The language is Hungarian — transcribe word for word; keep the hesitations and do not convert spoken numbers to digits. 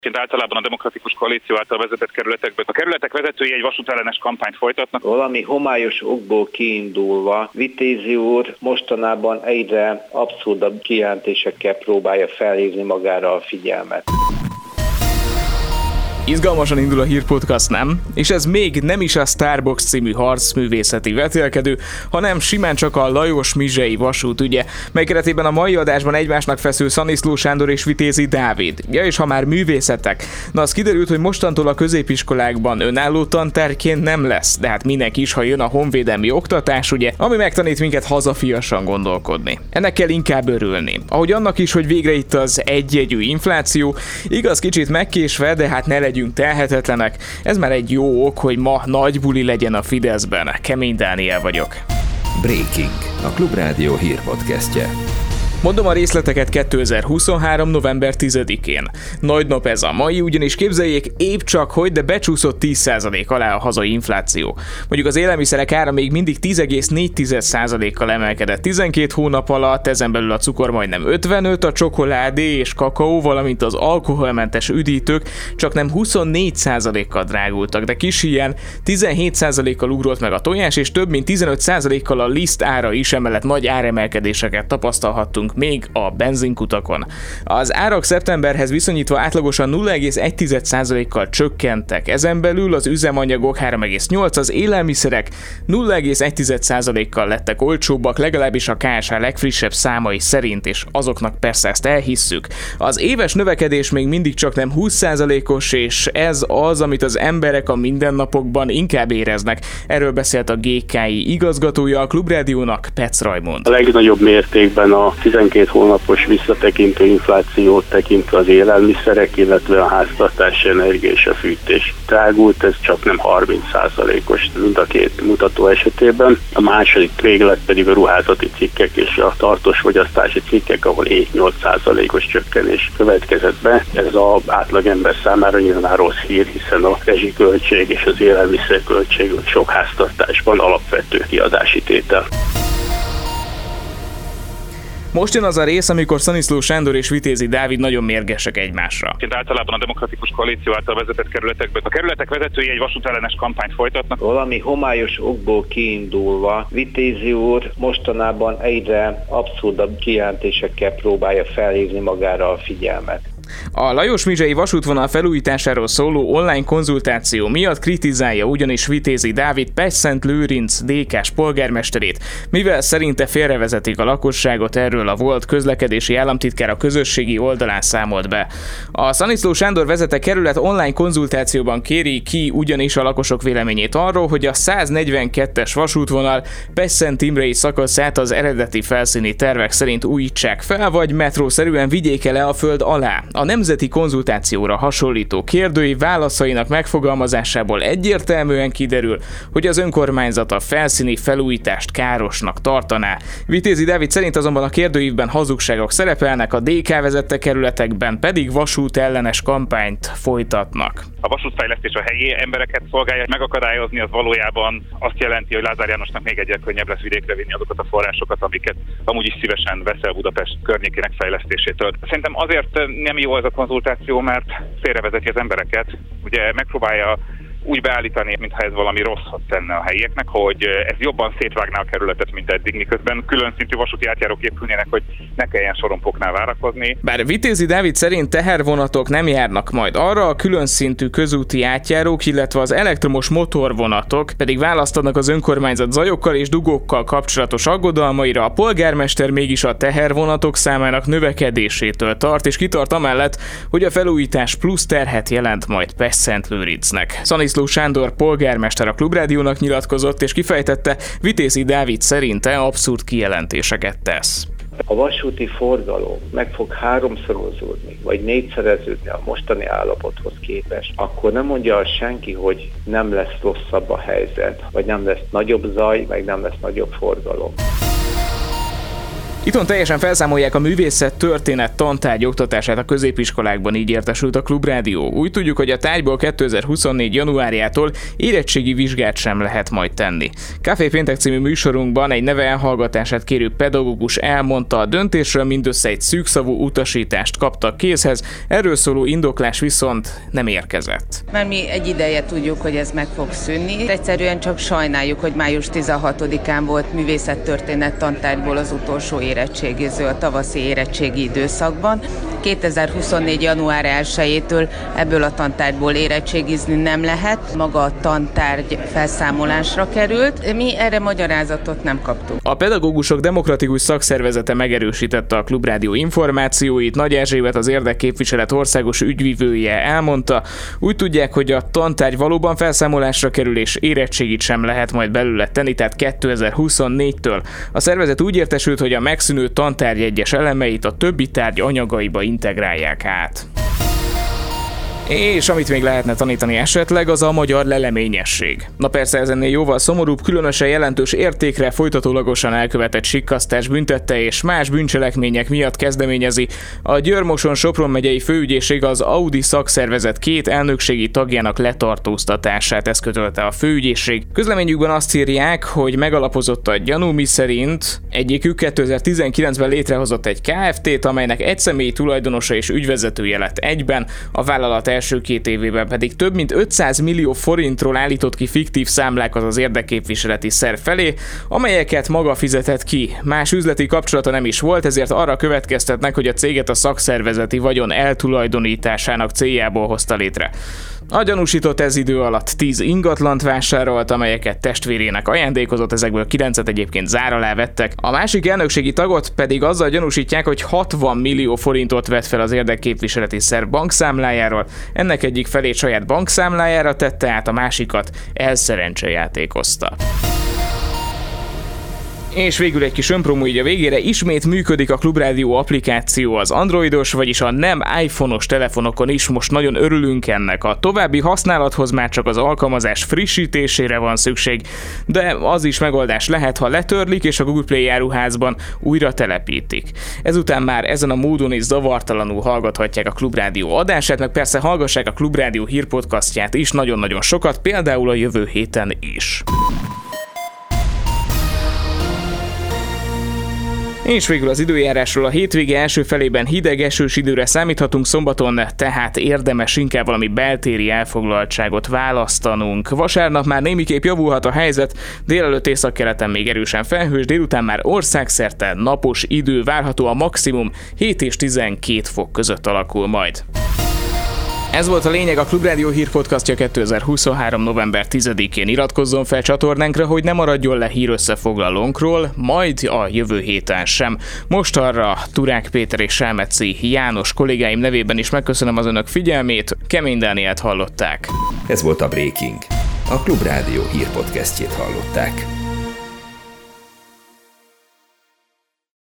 Általában a Demokratikus Koalíció által vezetett kerületekben a kerületek vezetői egy vasútellenes kampányt folytatnak. Valami homályos okból kiindulva Vitézi úr mostanában egyre abszurdabb kijelentésekkel próbálja felhívni magára a figyelmet. Izgalmasan indul a hírpodcast, nem? És ez még nem is a Starbox című harcművészeti vetélkedő, hanem simán csak a Lajos-Mizsei vasút ügye, mely keretében a mai adásban egymásnak feszül Szaniszló Sándor és Vitézi Dávid. Ja, és ha már művészetek, na az kiderült, hogy mostantól a középiskolákban önálló tantárgyként nem lesz, de hát mindenki is, ha jön a honvédelmi oktatás, ugye, ami megtanít minket hazafiasan gondolkodni. Ennek kell inkább örülni. Ahogy annak is, hogy végre itt az egyjegyű infláció, igaz kicsit megkésve, de hát ne legyünk telhetetlenek. Ez már egy jó ok, hogy ma nagy buli legyen a Fideszben. Kemény Dániel vagyok. Breaking, a Klubrádió hírpodcastje. Mondom a részleteket kétezer-huszonhárom. november tizedikén. Nagy nap ez a mai, ugyanis képzeljék, épp csak hogy, de becsúszott tíz százalék alá a hazai infláció. Mondjuk az élelmiszerek ára még mindig tíz egész négy százalékkal emelkedett tizenkét hónap alatt, ezen belül a cukor majdnem ötvenöt, a csokoládé és kakaó, valamint az alkoholmentes üdítők csak nem huszonnégy százalékkal drágultak, de kis ilyen tizenhét százalékkal ugrott meg a tojás, és több mint tizenöt százalékkal a liszt ára is, emellett nagy áremelkedéseket tapasztalhattunk még a benzinkutakon. Az árak szeptemberhez viszonyítva átlagosan nulla egész egy százalékkal csökkentek. Ezen belül az üzemanyagok három egész nyolc, az élelmiszerek nulla egész egy százalékkal lettek olcsóbbak, legalábbis a ká es há legfrissebb számai szerint, és azoknak persze ezt elhisszük. Az éves növekedés még mindig csak nem húsz százalékos, és ez az, amit az emberek a mindennapokban inkább éreznek. Erről beszélt a gé ká i igazgatója a Klubrádiónak, Petsz Rajmond. A legnagyobb mértékben a tizenkét hónapos visszatekintő inflációt tekintve az élelmiszerek, illetve a háztartási energia és a fűtés drágult, ez csak nem harminc százalékos mind a két mutató esetében. A második véglet pedig a ruházati cikkek és a tartós fogyasztási cikkek, ahol hét-nyolc százalékos csökkenés következett be. Ez az átlagember számára nyilván rossz hír, hiszen a rezsiköltség és az élelmiszerköltség sok háztartásban alapvető kiadási tétel. Most jön az a rész, amikor Szaniszló Sándor és Vitézi Dávid nagyon mérgesek egymásra. Általában a Demokratikus Koalíció által vezetett kerületekben a kerületek vezetői egy vasútellenes kampányt folytatnak. Valami homályos okból kiindulva Vitézi úr mostanában egyre abszurdabb kijelentésekkel próbálja felhívni magára a figyelmet. A Lajos-Mizsei vasútvonal felújításáról szóló online konzultáció miatt kritizálja ugyanis Vitézi Dávid Pestszentlőrinc dé ká-s polgármesterét, mivel szerinte félrevezetik a lakosságot, erről a volt közlekedési államtitkár a közösségi oldalán számolt be. A Szaniszló Sándor vezette kerület online konzultációban kéri ki ugyanis a lakosok véleményét arról, hogy a száznegyvenkettes vasútvonal Pestszentimrei szakaszát az eredeti felszíni tervek szerint újítsák fel, vagy metrószerűen vigyék le a föld alá. A nemzeti konzultációra hasonlító kérdői válaszainak megfogalmazásából egyértelműen kiderül, hogy az önkormányzat a felszíni felújítást károsnak tartaná. Vitézi Dávid szerint azonban a kérdőívben hazugságok szerepelnek, a dé ká vezette kerületekben pedig vasút ellenes kampányt folytatnak. A vasútfejlesztés a helyi embereket szolgálja, megakadályozni az valójában azt jelenti, hogy Lázár Jánosnak még egyel könnyebb lesz vidékre vinni azokat a forrásokat, amiket amúgy is szívesen veszel Budapest környékének fejlesztésétől. Szerintem azért nem jó ez a konzultáció, mert félrevezeti az embereket. Ugye megpróbálja úgy beállítani, mintha ez valami rosszat tenne a helyieknek, hogy ez jobban szétvágná a kerületet, mint eddig, miközben külön szintű vasúti átjárók épülnének, hogy ne kelljen sorompoknál várakozni. Bár Vitézi Dávid szerint tehervonatok nem járnak majd arra, a külön szintű közúti átjárók, illetve az elektromos motorvonatok pedig választanak az önkormányzat zajokkal és dugókkal kapcsolatos aggodalmaira, a polgármester mégis a tehervonatok számának növekedésétől tart, és kitart amellett, hogy a felújítás plusz terhet jelent majd Pestszentlőrincnek. Szaniszló Sándor polgármester a Klubrádiónak nyilatkozott, és kifejtette, Vitézi Dávid szerinte abszurd kijelentéseket tesz. A vasúti forgalom meg fog háromszorozódni, vagy négyszereződni a mostani állapothoz képest, akkor nem mondja azt senki, hogy nem lesz rosszabb a helyzet, vagy nem lesz nagyobb zaj, meg nem lesz nagyobb forgalom. Itthon teljesen felszámolják a művészet történet tantárgy oktatását a középiskolákban, így értesült a Klubrádió. Úgy tudjuk, hogy a tárgyból kétezer-huszonnégy januárjától érettségi vizsgát sem lehet majd tenni. Café Péntek című műsorunkban egy neve elhallgatását kérő pedagógus elmondta, a döntésről mindössze egy szűkszavú utasítást kaptak kézhez, erről szóló indoklás viszont nem érkezett. Mert mi egy ideje tudjuk, hogy ez meg fog szűnni. Egyszerűen csak sajnáljuk, hogy május tizenhatodikán volt művészettörténet tantárgyból az utolsó érettségiző a tavaszi érettségi időszakban. kétezer-huszonnégy január elsejétől ebből a tantárgyból érettségizni nem lehet. Maga a tantárgy felszámolásra került. Mi erre magyarázatot nem kaptunk. A Pedagógusok Demokratikus Szakszervezete megerősítette a Klubrádió információit. Nagy Erzsébet, az érdekképviselet országos ügyvivője elmondta, úgy tudják, hogy a tantárgy valóban felszámolásra kerül, és érettségit sem lehet majd belőle tenni, tehát kétezer-huszonnégytől. A szervezet úgy értesült, hogy a megszűnő tantárgy egyes elemeit a többi tárgy anyagaiba integrálják át. És amit még lehetne tanítani esetleg, az a magyar leleményesség. Na persze ez ennél jóval szomorúbb, különösen jelentős értékre folytatólagosan elkövetett sikkasztás büntette és más bűncselekmények miatt kezdeményezi a Győr-Moson-Sopron megyei főügyészség az Audi szakszervezet két elnökségi tagjának letartóztatását, ezt közölte a főügyészség. Közleményükben azt írják, hogy megalapozott a gyanú, miszerint egyikük kétezer-tizenkilencben létrehozott egy Kft-t, amelynek egyszemélyi tulajdonosa és ügyvezetője lett egyben, a vállalat első két évében pedig több mint ötszáz millió forintról állított ki fiktív számlákat az érdekképviseleti szerv felé, amelyeket maga fizetett ki. Más üzleti kapcsolata nem is volt, ezért arra következtetnek, hogy a céget a szakszervezeti vagyon eltulajdonításának céljából hozta létre. A gyanúsított ez idő alatt tíz ingatlant vásárolt, amelyeket testvérének ajándékozott, ezekből kilencet egyébként zár alá vettek. A másik elnökségi tagot pedig azzal gyanúsítják, hogy hatvan millió forintot vett fel az érdekképviseleti szerv bankszámlájáról, ennek egyik felét saját bankszámlájára tette át, a másikat elszerencsejátékozta. És végül egy kis önpromó így a végére, ismét működik a Klubrádió applikáció az androidos, vagyis a nem iPhone-os telefonokon is, most nagyon örülünk ennek. A további használathoz már csak az alkalmazás frissítésére van szükség, de az is megoldás lehet, ha letörlik és a Google Play áruházban újra telepítik. Ezután már ezen a módon is zavartalanul hallgathatják a Klubrádió adását, meg persze hallgassák a Klubrádió hírpodcastját is nagyon-nagyon sokat, például a jövő héten is. És végül az időjárásról, a hétvége első felében hideg, esős időre számíthatunk, szombaton tehát érdemes inkább valami beltéri elfoglaltságot választanunk. Vasárnap már némiképp javulhat a helyzet, délelőtt északkeleten még erősen felhős, délután már országszerte napos idő várható, a maximum hét és tizenkét fok között alakul majd. Ez volt a lényeg, a Klubrádió hírpodcastja kétezer-huszonhárom november tizedikén. Iratkozzon fel csatornánkra, hogy ne maradjon le hírösszefoglalónkról, majd a jövő héten sem. Most arra Turák Péter és Selmeci János kollégáim nevében is megköszönöm az önök figyelmét, Kemény Dánielt hallották. Ez volt a Breaking. A Klubrádió hírpodcastjét hallották.